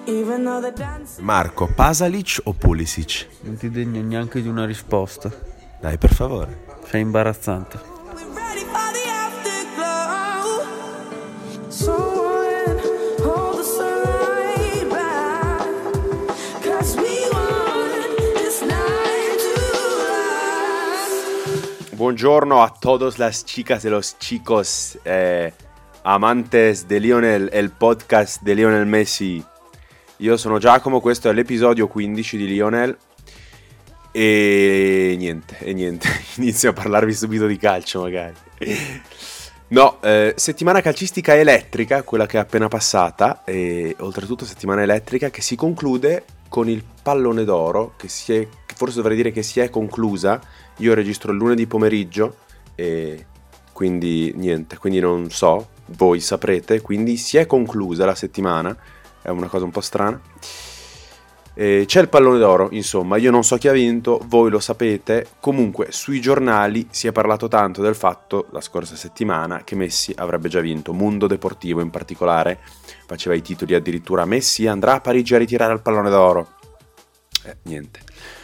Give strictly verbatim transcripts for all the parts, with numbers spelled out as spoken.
Marco, Pasalic o Pulisic? Non ti degno neanche di una risposta. Dai, per favore. Sei imbarazzante. Buongiorno a todos las chicas y los chicos eh, amantes de Lionel, el podcast de Lionel Messi. Io sono Giacomo, questo è l'episodio quindici di Lionel e niente, e niente, inizio a parlarvi subito di calcio magari. No, eh, settimana calcistica elettrica, quella che è appena passata, e oltretutto settimana elettrica che si conclude con il pallone d'oro, che si è, forse dovrei dire che si è conclusa. Io registro il lunedì pomeriggio e quindi niente, quindi non so, voi saprete, quindi si è conclusa la settimana, è una cosa un po' strana. E c'è il pallone d'oro, insomma, io non so chi ha vinto, voi lo sapete, comunque sui giornali si è parlato tanto del fatto, la scorsa settimana, che Messi avrebbe già vinto. Mundo Deportivo in particolare faceva i titoli addirittura: Messi andrà a Parigi a ritirare il pallone d'oro. Eh, niente.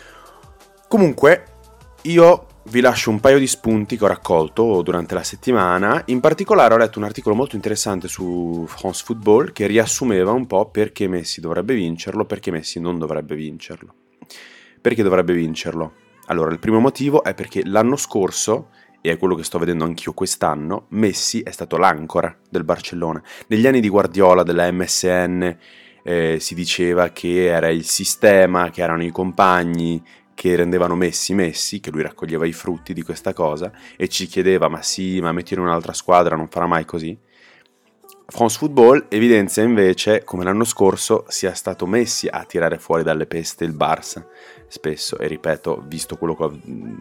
Comunque io vi lascio un paio di spunti che ho raccolto durante la settimana. In particolare ho letto un articolo molto interessante su France Football che riassumeva un po' perché Messi dovrebbe vincerlo, perché Messi non dovrebbe vincerlo. Perché dovrebbe vincerlo? Allora, il primo motivo è perché l'anno scorso, e è quello che sto vedendo anch'io quest'anno, Messi è stato l'ancora del Barcellona. Negli anni di Guardiola, della M S N, eh, si diceva che era il sistema, che erano i compagni che rendevano Messi Messi, che lui raccoglieva i frutti di questa cosa e ci chiedeva: ma sì, ma metti in un'altra squadra, non farà mai così. France Football evidenzia invece come l'anno scorso sia stato Messi a tirare fuori dalle peste il Barça spesso, e ripeto, visto quello che ho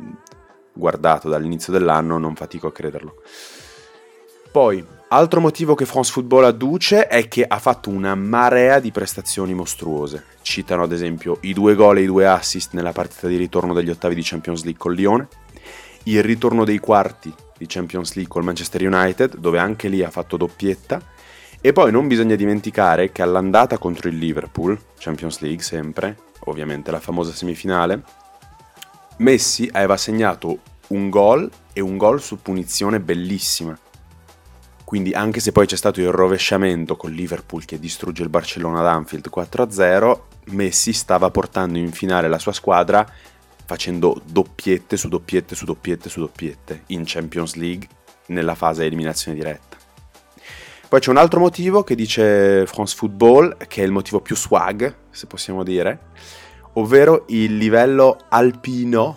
guardato dall'inizio dell'anno, non fatico a crederlo. Poi, altro motivo che France Football adduce è che ha fatto una marea di prestazioni mostruose. Citano ad esempio i due gol e i due assist nella partita di ritorno degli ottavi di Champions League con Lione, il ritorno dei quarti di Champions League col Manchester United, dove anche lì ha fatto doppietta, e poi non bisogna dimenticare che all'andata contro il Liverpool, Champions League sempre, ovviamente la famosa semifinale, Messi aveva segnato un gol e un gol su punizione bellissima. Quindi anche se poi c'è stato il rovesciamento con Liverpool che distrugge il Barcellona ad Anfield quattro a zero, Messi stava portando in finale la sua squadra facendo doppiette su doppiette su doppiette su doppiette in Champions League nella fase eliminazione diretta. Poi c'è un altro motivo che dice France Football, che è il motivo più swag, se possiamo dire, ovvero il livello alpino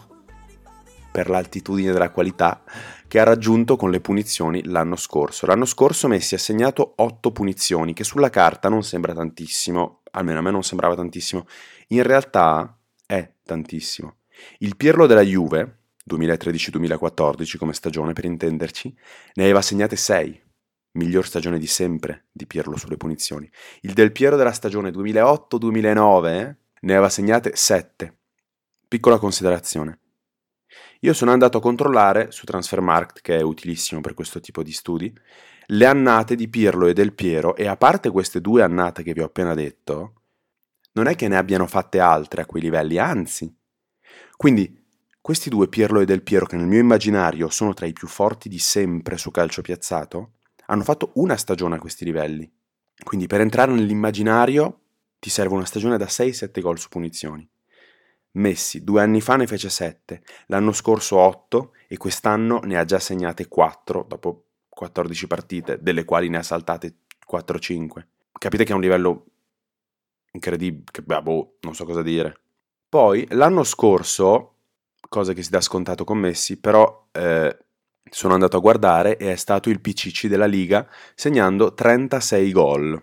per l'altitudine della qualità che ha raggiunto con le punizioni l'anno scorso. L'anno scorso Messi ha segnato otto punizioni, che sulla carta non sembra tantissimo, almeno a me non sembrava tantissimo, in realtà è tantissimo. Il Pirlo della Juve, duemilatredici duemilaquattordici come stagione per intenderci, ne aveva segnate sei, miglior stagione di sempre di Pirlo sulle punizioni. Il Del Piero della stagione duemilaotto duemilanove eh, ne aveva segnate sette. Piccola considerazione. Io sono andato a controllare su Transfermarkt, che è utilissimo per questo tipo di studi, le annate di Pirlo e Del Piero, e a parte queste due annate che vi ho appena detto, non è che ne abbiano fatte altre a quei livelli, anzi. Quindi questi due, Pirlo e Del Piero, che nel mio immaginario sono tra i più forti di sempre su calcio piazzato, hanno fatto una stagione a questi livelli. Quindi per entrare nell'immaginario ti serve una stagione da sei sette gol su punizioni. Messi due anni fa ne fece sette, l'anno scorso otto e quest'anno ne ha già segnate quattro dopo quattordici partite, delle quali ne ha saltate quattro cinque. Capite che è un livello incredibile, che, beh, boh, non so cosa dire. Poi l'anno scorso, cosa che si dà scontato con Messi, però eh, sono andato a guardare e è stato il P C C della Liga segnando trentasei gol.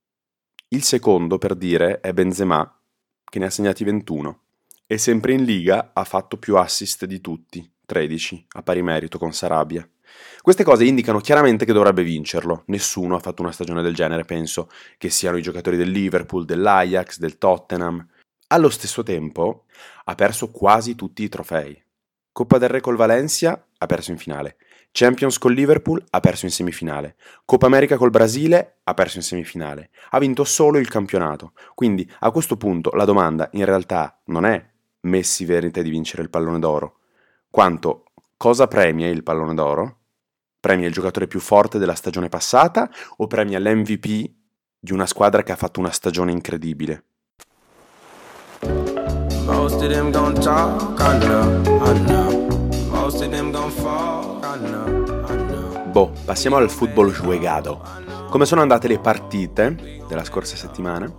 Il secondo, per dire, è Benzema, che ne ha segnati ventuno. E sempre in Liga ha fatto più assist di tutti, tredici, a pari merito con Sarabia. Queste cose indicano chiaramente che dovrebbe vincerlo. Nessuno ha fatto una stagione del genere, penso che siano i giocatori del Liverpool, dell'Ajax, del Tottenham. Allo stesso tempo ha perso quasi tutti i trofei. Coppa del Re col Valencia ha perso in finale. Champions col Liverpool, ha perso in semifinale. Coppa America col Brasile, ha perso in semifinale. Ha vinto solo il campionato. Quindi a questo punto la domanda in realtà non è Messi merita di vincere il pallone d'oro, quanto cosa premia il pallone d'oro? Premia il giocatore più forte della stagione passata o premia l'M V P di una squadra che ha fatto una stagione incredibile? Most of them gon' talk, I know, I know. Most of them gon' fall, I know, I know. Boh, passiamo al football jugado. Come sono andate le partite della scorsa settimana?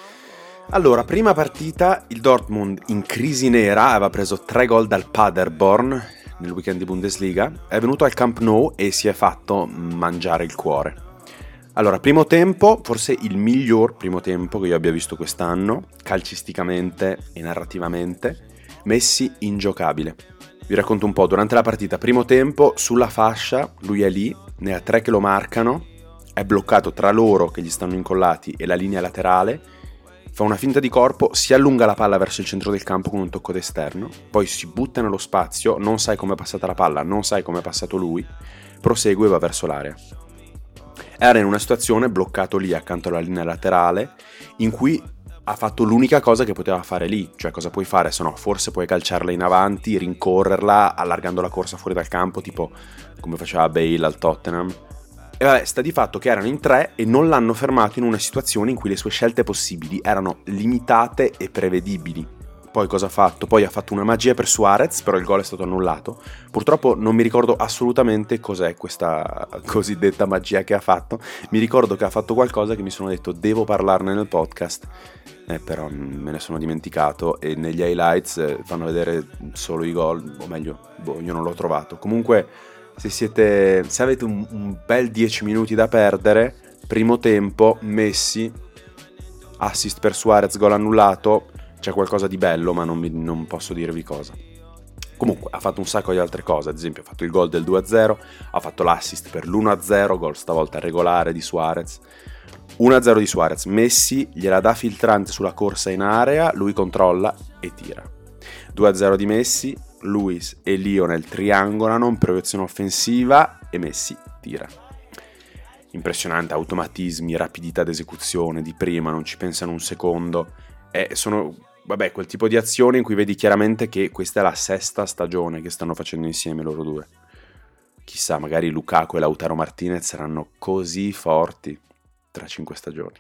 Allora, prima partita, il Dortmund in crisi nera aveva preso tre gol dal Paderborn nel weekend di Bundesliga, è venuto al Camp Nou e si è fatto mangiare il cuore. Allora, primo tempo, forse il miglior primo tempo che io abbia visto quest'anno, calcisticamente e narrativamente, Messi ingiocabile. Vi racconto un po', durante la partita, primo tempo, sulla fascia, lui è lì, ne ha tre che lo marcano, è bloccato tra loro che gli stanno incollati e la linea laterale, fa una finta di corpo, si allunga la palla verso il centro del campo con un tocco d'esterno, poi si butta nello spazio, non sai come è passata la palla, non sai come è passato lui, prosegue e va verso l'area. Era in una situazione bloccato lì accanto alla linea laterale in cui ha fatto l'unica cosa che poteva fare lì, cioè cosa puoi fare se no, forse puoi calciarla in avanti, rincorrerla allargando la corsa fuori dal campo, tipo come faceva Bale al Tottenham. E vabbè, sta di fatto che erano in tre e non l'hanno fermato in una situazione in cui le sue scelte possibili erano limitate e prevedibili. Poi cosa ha fatto? Poi ha fatto una magia per Suarez, però il gol è stato annullato. Purtroppo non mi ricordo assolutamente cos'è questa cosiddetta magia che ha fatto. Mi ricordo che ha fatto qualcosa che mi sono detto devo parlarne nel podcast, eh, però me ne sono dimenticato e negli highlights eh, fanno vedere solo i gol, o meglio, boh, io non l'ho trovato. Comunque... Se siete, se avete un, un bel dieci minuti da perdere, primo tempo, Messi, assist per Suarez, gol annullato, c'è qualcosa di bello ma non, mi, non posso dirvi cosa. Comunque ha fatto un sacco di altre cose, ad esempio ha fatto il gol del due a zero, ha fatto l'assist per l'uno a zero, gol stavolta regolare di Suarez, uno a zero di Suarez, Messi gliela dà filtrante sulla corsa in area, lui controlla e tira. due a zero di Messi, Luis e Lionel triangolano in proiezione offensiva e Messi tira. Impressionante, automatismi, rapidità d'esecuzione di prima, non ci pensano un secondo. E sono, vabbè, quel tipo di azione in cui vedi chiaramente che questa è la sesta stagione che stanno facendo insieme loro due. Chissà, magari Lukaku e Lautaro Martinez saranno così forti tra cinque stagioni.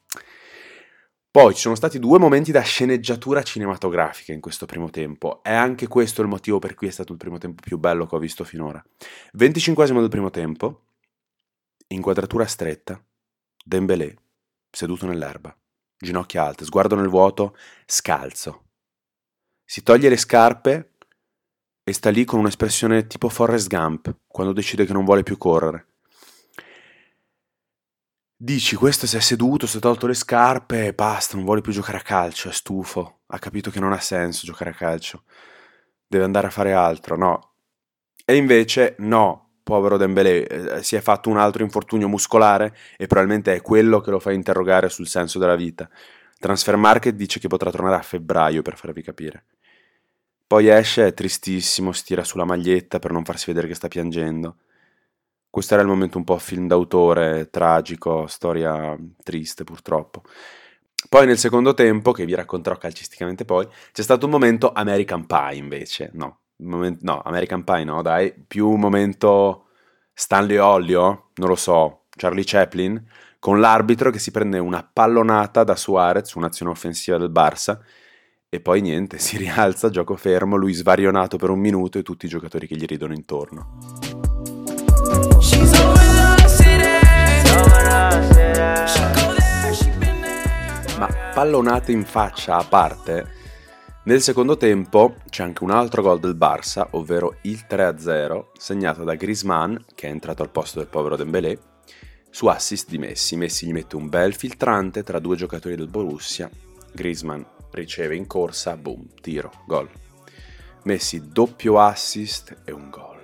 Poi ci sono stati due momenti da sceneggiatura cinematografica in questo primo tempo. È anche questo il motivo per cui è stato il primo tempo più bello che ho visto finora. venticinquesimo del primo tempo, inquadratura stretta, Dembélé, seduto nell'erba, ginocchia alte, sguardo nel vuoto, scalzo. Si toglie le scarpe e sta lì con un'espressione tipo Forrest Gump, quando decide che non vuole più correre. Dici, questo si è seduto, si è tolto le scarpe e basta, non vuole più giocare a calcio, è stufo, ha capito che non ha senso giocare a calcio, deve andare a fare altro, no. E invece no, povero Dembélé, eh, si è fatto un altro infortunio muscolare e probabilmente è quello che lo fa interrogare sul senso della vita. Transfermarket dice che potrà tornare a febbraio, per farvi capire. Poi esce, è tristissimo, si tira sulla maglietta per non farsi vedere che sta piangendo. Questo era il momento un po' film d'autore, tragico, storia triste purtroppo. Poi nel secondo tempo, che vi racconterò calcisticamente poi, c'è stato un momento American Pie invece, no, moment- no, American Pie no, dai, più un momento Stanley Ollio, non lo so, Charlie Chaplin, con l'arbitro che si prende una pallonata da Suarez su un'azione offensiva del Barça e poi niente, si rialza, gioco fermo, lui svarionato per un minuto e tutti i giocatori che gli ridono intorno. Ma pallonate in faccia a parte, nel secondo tempo c'è anche un altro gol del Barça, ovvero il tre a zero, segnato da Griezmann, che è entrato al posto del povero Dembélé, su assist di Messi. Messi gli mette un bel filtrante tra due giocatori del Borussia, Griezmann riceve in corsa, boom, tiro, gol. Messi doppio assist e un gol.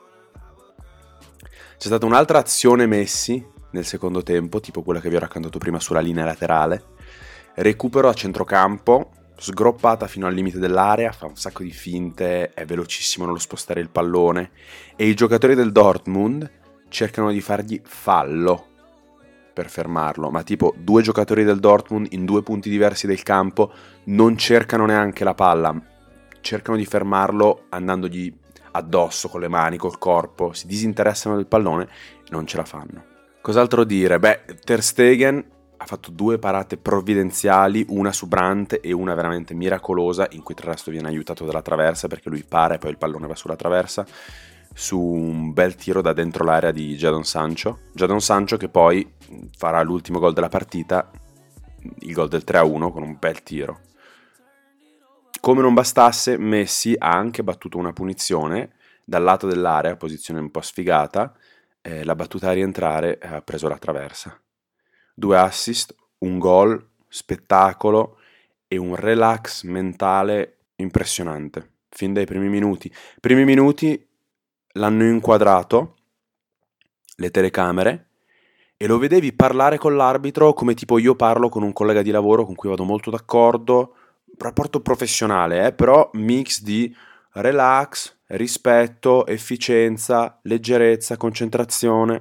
C'è stata un'altra azione Messi nel secondo tempo, tipo quella che vi ho raccontato prima sulla linea laterale, recupero a centrocampo, sgroppata fino al limite dell'area, fa un sacco di finte, è velocissimo nello spostare il pallone e i giocatori del Dortmund cercano di fargli fallo per fermarlo, ma tipo due giocatori del Dortmund in due punti diversi del campo non cercano neanche la palla, cercano di fermarlo andandogli addosso con le mani, col corpo, si disinteressano del pallone e non ce la fanno. Cos'altro dire? Beh, Ter Stegen ha fatto due parate provvidenziali, una su Brandt e una veramente miracolosa, in cui tra l'altro viene aiutato dalla traversa perché lui para e poi il pallone va sulla traversa, su un bel tiro da dentro l'area di Jadon Sancho. Jadon Sancho che poi farà l'ultimo gol della partita, il gol del tre a uno con un bel tiro. Come non bastasse, Messi ha anche battuto una punizione dal lato dell'area, posizione un po' sfigata, eh, l'ha battuta a rientrare e ha preso la traversa. Due assist, un gol, spettacolo e un relax mentale impressionante, fin dai primi minuti. Primi minuti l'hanno inquadrato, le telecamere, e lo vedevi parlare con l'arbitro come tipo io parlo con un collega di lavoro con cui vado molto d'accordo, rapporto professionale, eh, però mix di relax, rispetto, efficienza, leggerezza, concentrazione.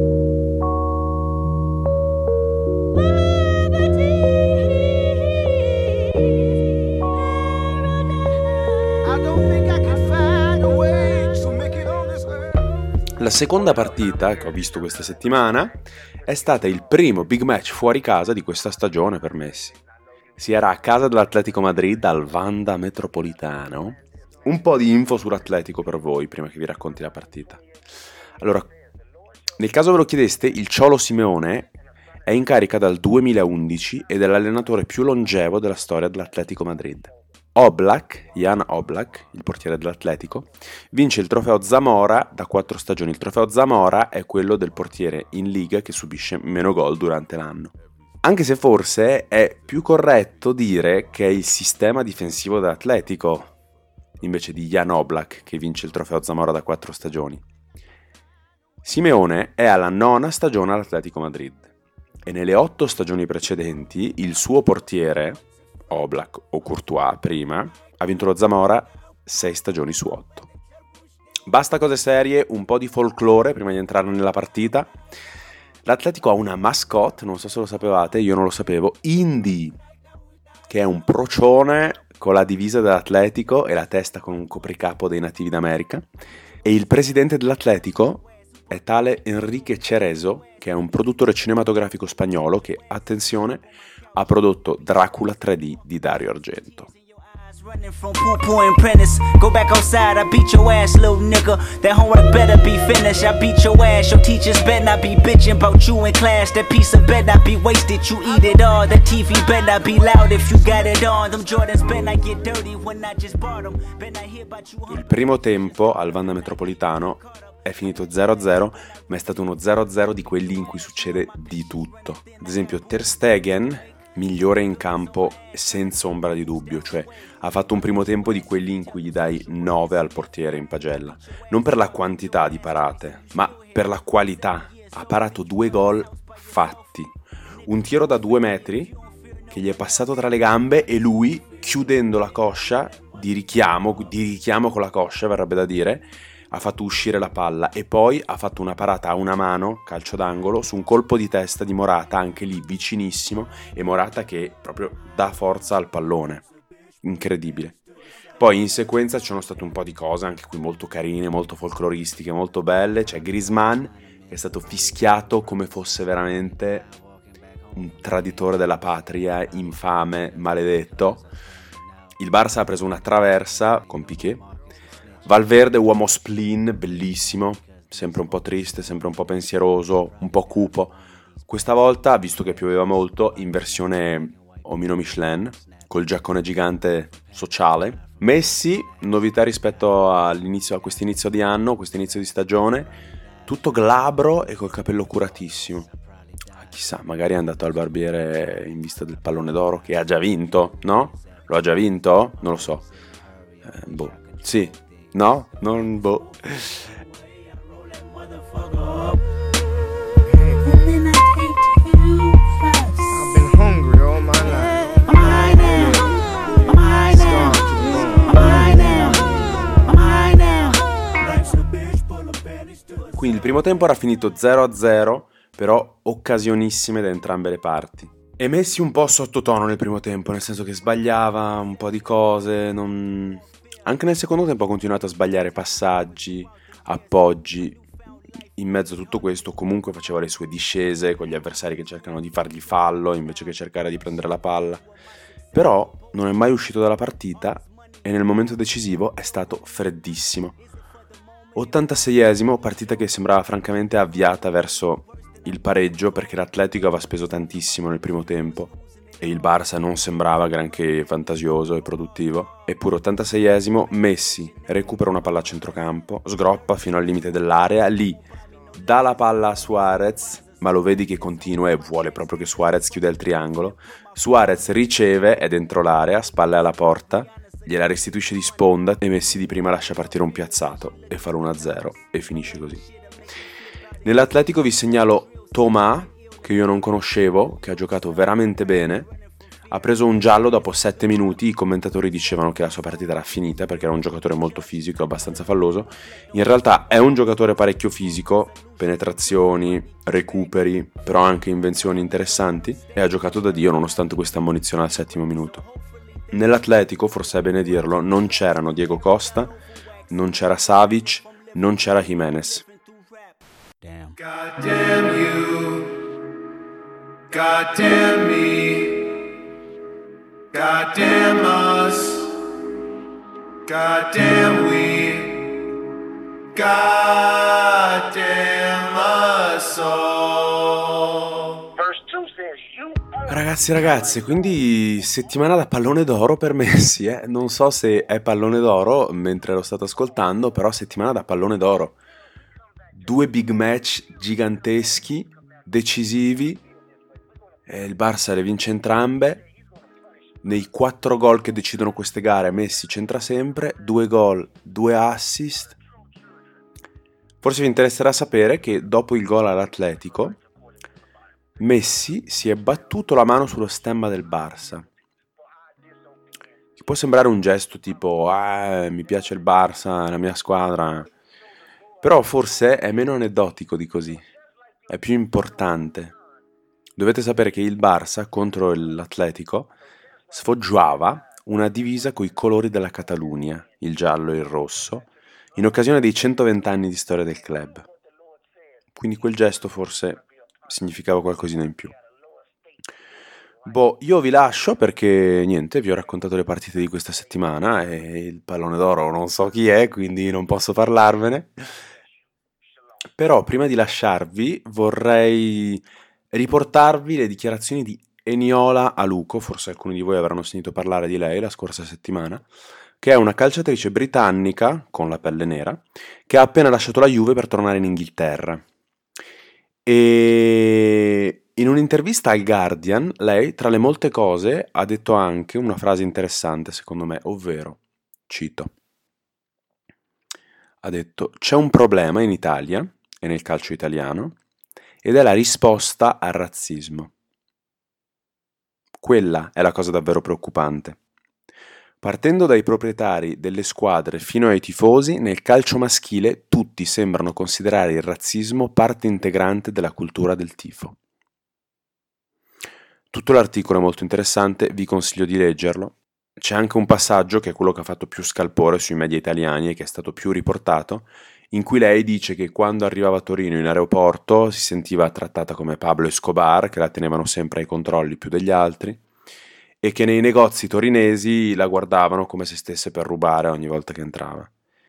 La seconda partita che ho visto questa settimana è stata il primo big match fuori casa di questa stagione per Messi. Si era a casa dell'Atletico Madrid al Wanda Metropolitano. Un po' di info sull'Atletico per voi prima che vi racconti la partita. Allora, nel caso ve lo chiedeste, il Cholo Simeone è in carica dal duemilaundici ed è l'allenatore più longevo della storia dell'Atletico Madrid. Oblak, Jan Oblak, il portiere dell'Atletico, vince il trofeo Zamora da quattro stagioni. Il trofeo Zamora è quello del portiere in Liga che subisce meno gol durante l'anno. Anche se forse è più corretto dire che è il sistema difensivo dell'Atletico invece di Jan Oblak che vince il trofeo Zamora da quattro stagioni. Simeone è alla nona stagione all'Atletico Madrid e nelle otto stagioni precedenti il suo portiere, Oblak o Courtois prima, ha vinto lo Zamora sei stagioni su otto. Basta cose serie, un po' di folklore prima di entrare nella partita. L'Atletico ha una mascotte, non so se lo sapevate, io non lo sapevo, Indy, che è un procione con la divisa dell'Atletico e la testa con un copricapo dei nativi d'America, e il presidente dell'Atletico è tale Enrique Cerezo, che è un produttore cinematografico spagnolo che, attenzione, ha prodotto Dracula tre D di Dario Argento. Running from poo-poo and prentice. Go back outside, I beat your ass, little nigga. That homework better be finished. I beat your ass. Your teachers better not be bitching about you in class. That pizza better not be wasted. You eat it all. The T V better not be loud if you got it on. Them Jordans better not get dirty when I just bought them. Better not hear about you. Il primo tempo al Wanda Metropolitano è finito zero a zero, ma è stato uno zero a zero di quelli in cui succede di tutto. Ad esempio Ter Stegen, migliore in campo senza ombra di dubbio, cioè ha fatto un primo tempo di quelli in cui gli dai nove al portiere in pagella, non per la quantità di parate, ma per la qualità. Ha parato due gol fatti, un tiro da due metri che gli è passato tra le gambe e lui, chiudendo la coscia di richiamo, di richiamo con la coscia verrebbe da dire, ha fatto uscire la palla e poi ha fatto una parata a una mano, calcio d'angolo, su un colpo di testa di Morata, anche lì vicinissimo, e Morata che proprio dà forza al pallone. Incredibile. Poi in sequenza ci sono state un po' di cose, anche qui molto carine, molto folcloristiche, molto belle. C'è Griezmann, che è stato fischiato come fosse veramente un traditore della patria, infame, maledetto. Il Barça ha preso una traversa con Piqué. Valverde, uomo spleen, bellissimo, sempre un po' triste, sempre un po' pensieroso, un po' cupo. Questa volta, visto che pioveva molto, in versione omino Michelin, col giaccone gigante sociale. Messi, novità rispetto all'inizio, a quest'inizio di anno, quest'inizio di stagione, tutto glabro e col capello curatissimo. Chissà, magari è andato al barbiere in vista del pallone d'oro, che ha già vinto, no? Lo ha già vinto? Non lo so. Eh, boh, sì. No? Non boh. Quindi il primo tempo era finito zero a zero, però occasionissime da entrambe le parti. E Messi un po' sottotono nel primo tempo, nel senso che sbagliava un po' di cose, non... anche nel secondo tempo ha continuato a sbagliare passaggi, appoggi. In mezzo a tutto questo comunque faceva le sue discese con gli avversari che cercano di fargli fallo invece che cercare di prendere la palla. Però non è mai uscito dalla partita e nel momento decisivo è stato freddissimo. ottantaseiesimo, partita che sembrava francamente avviata verso il pareggio perché l'Atletico aveva speso tantissimo nel primo tempo e il Barça non sembrava granché fantasioso e produttivo. Eppure ottantaseiesimo, Messi recupera una palla a centrocampo, sgroppa fino al limite dell'area, lì dà la palla a Suarez, ma lo vedi che continua e vuole proprio che Suarez chiuda il triangolo. Suarez riceve, è dentro l'area, spalle alla porta, gliela restituisce di sponda e Messi di prima lascia partire un piazzato e fa l'uno a zero e finisce così. Nell'Atletico vi segnalo Thomas, che io non conoscevo, che ha giocato veramente bene. Ha preso un giallo dopo sette minuti, i commentatori dicevano che la sua partita era finita perché era un giocatore molto fisico, abbastanza falloso. In realtà è un giocatore parecchio fisico, penetrazioni, recuperi, però anche invenzioni interessanti, e ha giocato da Dio nonostante questa ammonizione al settimo minuto. Nell'Atletico, forse è bene dirlo, non c'erano Diego Costa, non c'era Savic, non c'era Jimenez. Damn. God damn you, God damn me, God damn us, God damn we, God damn us all. Ragazzi e ragazze, quindi settimana da pallone d'oro per Messi, eh? Non so se è pallone d'oro mentre lo state ascoltando, però settimana da pallone d'oro. Due big match giganteschi, decisivi, e il Barça le vince entrambe. Nei quattro gol che decidono queste gare Messi c'entra sempre, due gol, due assist. Forse vi interesserà sapere che dopo il gol all'Atletico Messi si è battuto la mano sullo stemma del Barça. Che può sembrare un gesto tipo ah, mi piace il Barça, è la mia squadra, però forse è meno aneddotico di così, è più importante. Dovete sapere che il Barça contro l'Atletico sfoggiava una divisa coi colori della Catalunya, il giallo e il rosso, in occasione dei centoventi anni di storia del club. Quindi quel gesto forse significava qualcosina in più. Boh, io vi lascio perché niente, vi ho raccontato le partite di questa settimana e il pallone d'oro non so chi è, quindi non posso parlarvene. Però prima di lasciarvi vorrei riportarvi le dichiarazioni di Eniola Aluko, forse alcuni di voi avranno sentito parlare di lei la scorsa settimana, che è una calciatrice britannica con la pelle nera che ha appena lasciato la Juve per tornare in Inghilterra. E in un'intervista al Guardian lei, tra le molte cose, ha detto anche una frase interessante secondo me, ovvero, cito, ha detto: c'è un problema in Italia e nel calcio italiano ed è la risposta al razzismo. Quella è la cosa davvero preoccupante. Partendo dai proprietari delle squadre fino ai tifosi, nel calcio maschile tutti sembrano considerare il razzismo parte integrante della cultura del tifo. Tutto l'articolo è molto interessante, vi consiglio di leggerlo. C'è anche un passaggio che è quello che ha fatto più scalpore sui media italiani e che è stato più riportato, in cui lei dice che quando arrivava a Torino in aeroporto si sentiva trattata come Pablo Escobar, che la tenevano sempre ai controlli più degli altri, e che nei negozi torinesi la guardavano come se stesse per rubare ogni volta che entrava.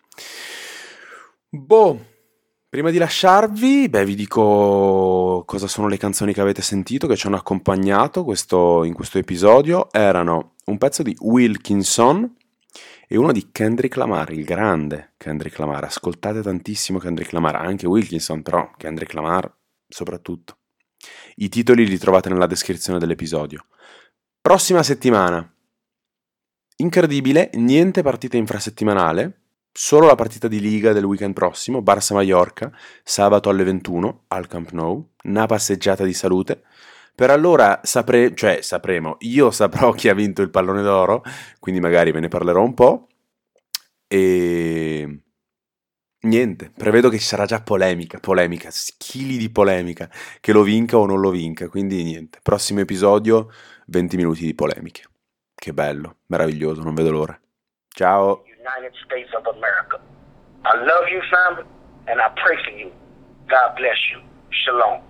Boh, prima di lasciarvi, beh, vi dico cosa sono le canzoni che avete sentito, che ci hanno accompagnato questo, in questo episodio. Erano un pezzo di Wilkinson e uno di Kendrick Lamar, il grande Kendrick Lamar. Ascoltate tantissimo Kendrick Lamar, anche Wilkinson, però Kendrick Lamar soprattutto. I titoli li trovate nella descrizione dell'episodio. Prossima settimana. Incredibile, niente partita infrasettimanale, solo la partita di Liga del weekend prossimo, Barça-Mallorca, sabato alle ventuno al Camp Nou, una passeggiata di salute. Per allora sapre, cioè sapremo, io saprò chi ha vinto il pallone d'oro, quindi magari ve ne parlerò un po'. E Niente, prevedo che ci sarà già polemica, polemica, chili di polemica, che lo vinca o non lo vinca, quindi niente. Prossimo episodio, venti minuti di polemiche. Che bello, meraviglioso, non vedo l'ora. Ciao. United States of America. I love you, family, and I pray for you. God bless you. Shalom.